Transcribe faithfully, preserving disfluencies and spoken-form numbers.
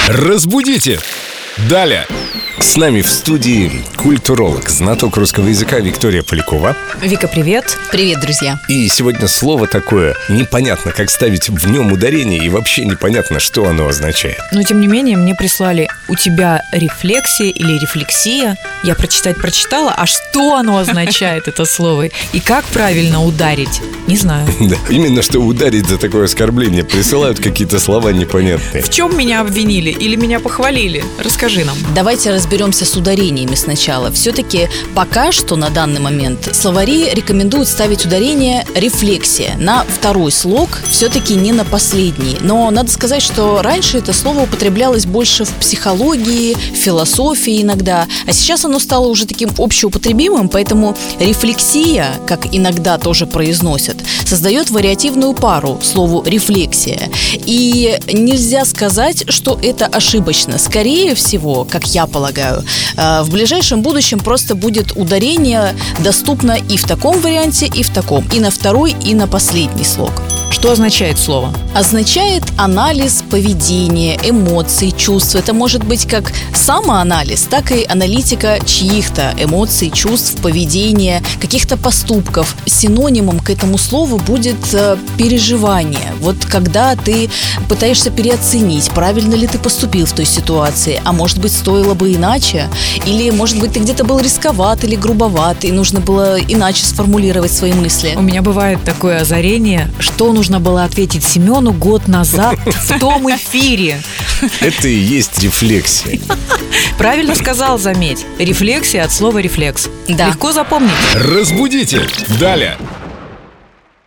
Разбудите! Далее! С нами в студии культуролог, знаток русского языка Виктория Полякова. Вика, привет. Привет, друзья. И сегодня слово такое непонятно, как ставить в нем ударение, и вообще непонятно, что оно означает. Но тем не менее мне прислали: у тебя рефлексия или рефлексия. Я прочитать прочитала, а что оно означает, это слово? И как правильно ударить? Не знаю. Да, именно что ударить за такое оскорбление. Присылают какие-то слова непонятные. В чем меня обвинили или меня похвалили? Расскажи нам. Давайте разберемся с ударениями сначала. Все-таки пока что на данный момент словари рекомендуют ставить ударение рефлексия на второй слог, все-таки не на последний. Но надо сказать, что раньше это слово употреблялось больше в психологии, в философии иногда, а сейчас оно стало уже таким общеупотребимым, поэтому рефлексия, как иногда тоже произносят, создает вариативную пару слову рефлексия. И нельзя сказать, что это ошибочно. Скорее всего, как я полагаю, в ближайшем будущем просто будет ударение доступно и в таком варианте, и в таком, и на второй, и на последний слог. Что означает слово? Означает анализ поведения, эмоций, чувств. Это может быть как самоанализ, так и аналитика чьих-то эмоций, чувств, поведения, каких-то поступков. Синонимом к этому слову будет э, переживание. Вот когда ты пытаешься переоценить, правильно ли ты поступил в той ситуации, а может быть, стоило бы иначе, или, может быть, ты где-то был рисковат или грубоват, и нужно было иначе сформулировать свои мысли. У меня бывает такое озарение, что нужно было ответить Семену год назад в том эфире. Это и есть рефлексия. Правильно сказал, заметь. Рефлексия от слова рефлекс. Да. Легко запомнить. Разбудите! Далее!